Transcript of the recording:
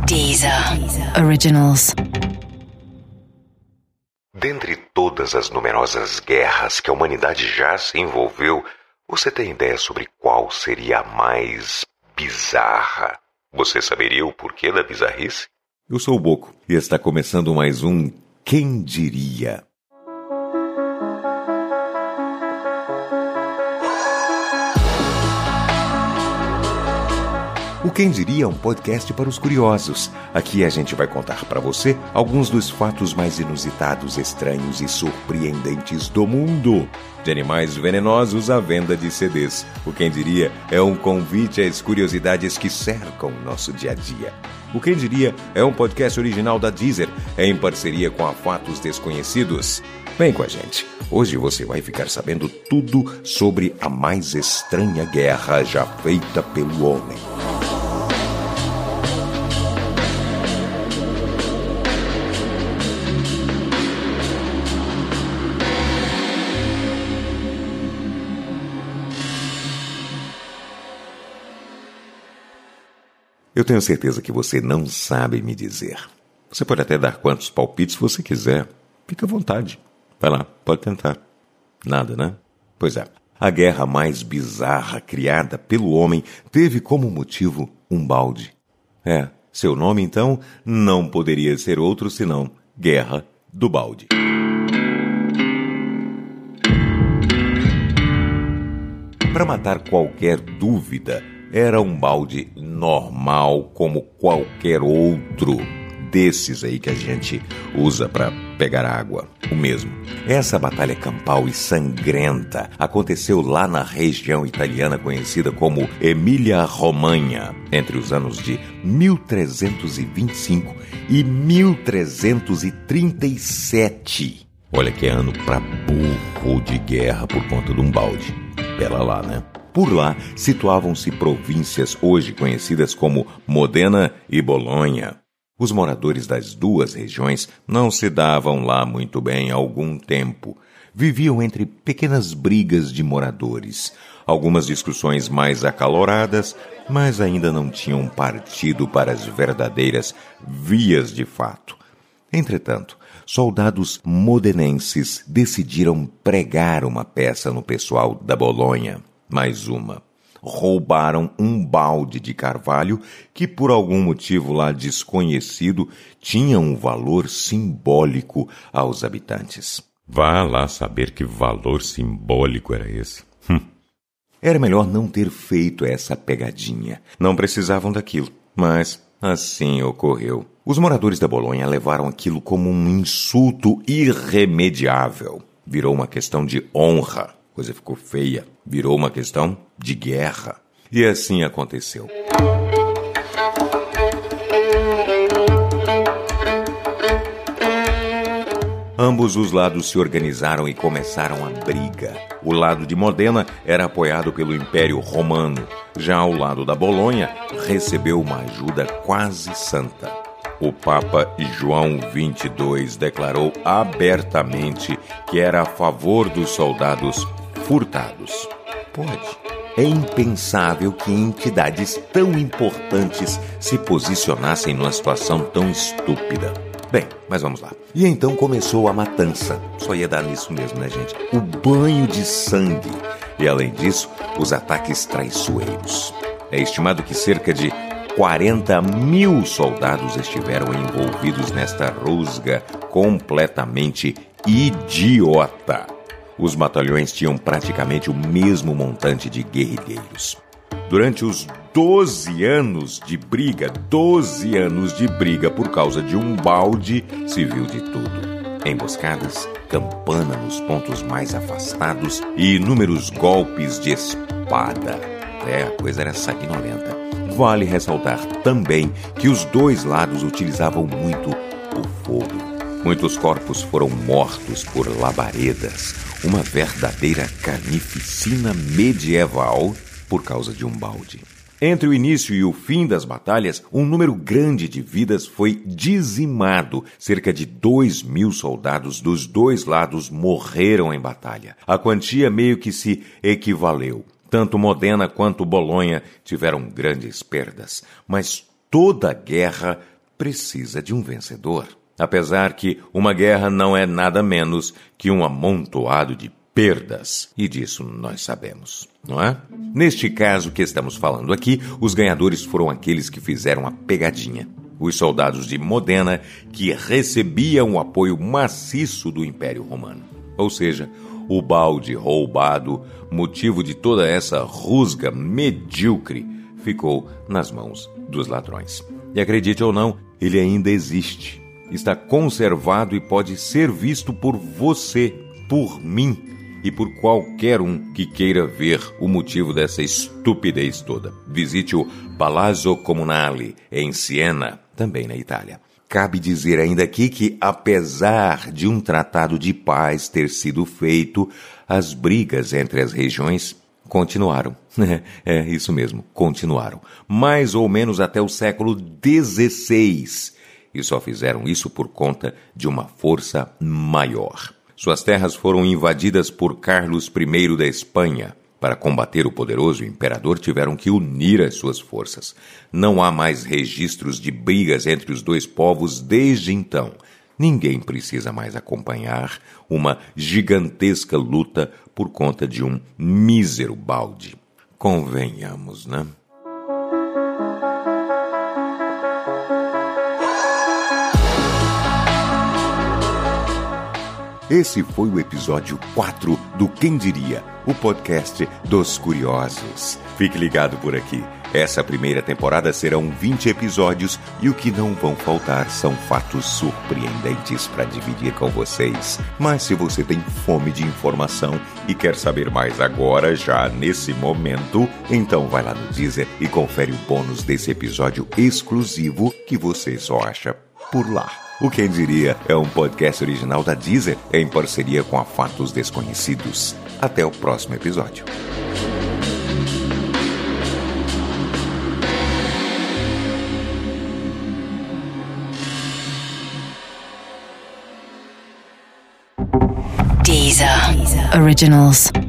Deezer Originals. Dentre todas as numerosas guerras que a humanidade já se envolveu, você tem ideia sobre qual seria a mais bizarra? Você saberia o porquê da bizarrice? Eu sou o Boco e está começando mais um Quem Diria? O Quem Diria é um podcast para os curiosos. Aqui a gente vai contar para você alguns dos fatos mais inusitados, estranhos e surpreendentes do mundo. De animais venenosos à venda de CDs. O Quem Diria é um convite às curiosidades que cercam o nosso dia a dia. O Quem Diria é um podcast original da Deezer, em parceria com a Fatos Desconhecidos. Vem com a gente. Hoje você vai ficar sabendo tudo sobre a mais estranha guerra já feita pelo homem. Eu tenho certeza que você não sabe me dizer. Você pode até dar quantos palpites você quiser. Fica à vontade. Vai lá, pode tentar. Nada, né? Pois é. A guerra mais bizarra criada pelo homem teve como motivo um balde. Seu nome então não poderia ser outro senão Guerra do Balde. Para matar qualquer dúvida, era um balde normal como qualquer outro desses aí que a gente usa para pegar água, o mesmo. Essa batalha campal e sangrenta aconteceu lá na região italiana conhecida como Emília-Romanha, entre os anos de 1325 e 1337. Olha que ano para burro de guerra por conta de um balde. Pera lá, né? Por lá, situavam-se províncias hoje conhecidas como Modena e Bolonha. Os moradores das duas regiões não se davam lá muito bem há algum tempo. Viviam entre pequenas brigas de moradores, algumas discussões mais acaloradas, mas ainda não tinham partido para as verdadeiras vias de fato. Entretanto, soldados modenenses decidiram pregar uma peça no pessoal da Bolonha. Mais uma. Roubaram um balde de carvalho que, por algum motivo lá desconhecido, tinha um valor simbólico aos habitantes. Vá lá saber que valor simbólico era esse. Era melhor não ter feito essa pegadinha. Não precisavam daquilo, mas assim ocorreu. Os moradores da Bolonha levaram aquilo como um insulto irremediável. Virou uma questão de honra. Coisa ficou feia. Virou uma questão de guerra. E assim aconteceu. Ambos os lados se organizaram e começaram a briga. O lado de Modena era apoiado pelo Império Romano. Já o lado da Bolonha recebeu uma ajuda quase santa. O Papa João XXII declarou abertamente que era a favor dos soldados furtados. Pode. É impensável que entidades tão importantes se posicionassem numa situação tão estúpida. Bem, mas vamos lá. E então começou a matança. Só ia dar nisso mesmo, né, gente? O banho de sangue. E além disso, os ataques traiçoeiros. É estimado que cerca de 40 mil soldados estiveram envolvidos nesta rusga completamente idiota. Os batalhões tinham praticamente o mesmo montante de guerrilheiros. Durante os 12 anos de briga por causa de um balde, se viu de tudo. Emboscadas, campana nos pontos mais afastados e inúmeros golpes de espada. A coisa era sanguinolenta. Vale ressaltar também que os dois lados utilizavam muito o fogo. Muitos corpos foram mortos por labaredas, uma verdadeira carnificina medieval por causa de um balde. Entre o início e o fim das batalhas, um número grande de vidas foi dizimado. Cerca de 2.000 soldados dos dois lados morreram em batalha. A quantia meio que se equivaleu. Tanto Modena quanto Bolonha tiveram grandes perdas, mas toda guerra precisa de um vencedor. Apesar que uma guerra não é nada menos que um amontoado de perdas, e disso nós sabemos, não é? Neste caso que estamos falando aqui, os ganhadores foram aqueles que fizeram a pegadinha. Os soldados de Modena, que recebiam o apoio maciço do Império Romano. Ou seja, o balde roubado, motivo de toda essa rusga medíocre, ficou nas mãos dos ladrões. E acredite ou não, ele ainda existe. Está conservado e pode ser visto por você, por mim e por qualquer um que queira ver o motivo dessa estupidez toda. Visite o Palazzo Comunale, em Siena, também na Itália. Cabe dizer ainda aqui que, apesar de um tratado de paz ter sido feito, as brigas entre as regiões continuaram. É isso mesmo, continuaram. Mais ou menos até o século XVI. E só fizeram isso por conta de uma força maior. Suas terras foram invadidas por Carlos I da Espanha. Para combater o poderoso imperador, tiveram que unir as suas forças. Não há mais registros de brigas entre os dois povos desde então. Ninguém precisa mais acompanhar uma gigantesca luta por conta de um mísero balde. Convenhamos, né? Esse foi o episódio 4 do Quem Diria, o podcast dos curiosos. Fique ligado por aqui. Essa primeira temporada serão 20 episódios e o que não vão faltar são fatos surpreendentes para dividir com vocês. Mas se você tem fome de informação e quer saber mais agora, já nesse momento, então vai lá no Deezer e confere o bônus desse episódio exclusivo que você só acha por lá. O Quem Diria é um podcast original da Deezer em parceria com a Fatos Desconhecidos. Até o próximo episódio. Deezer Originals.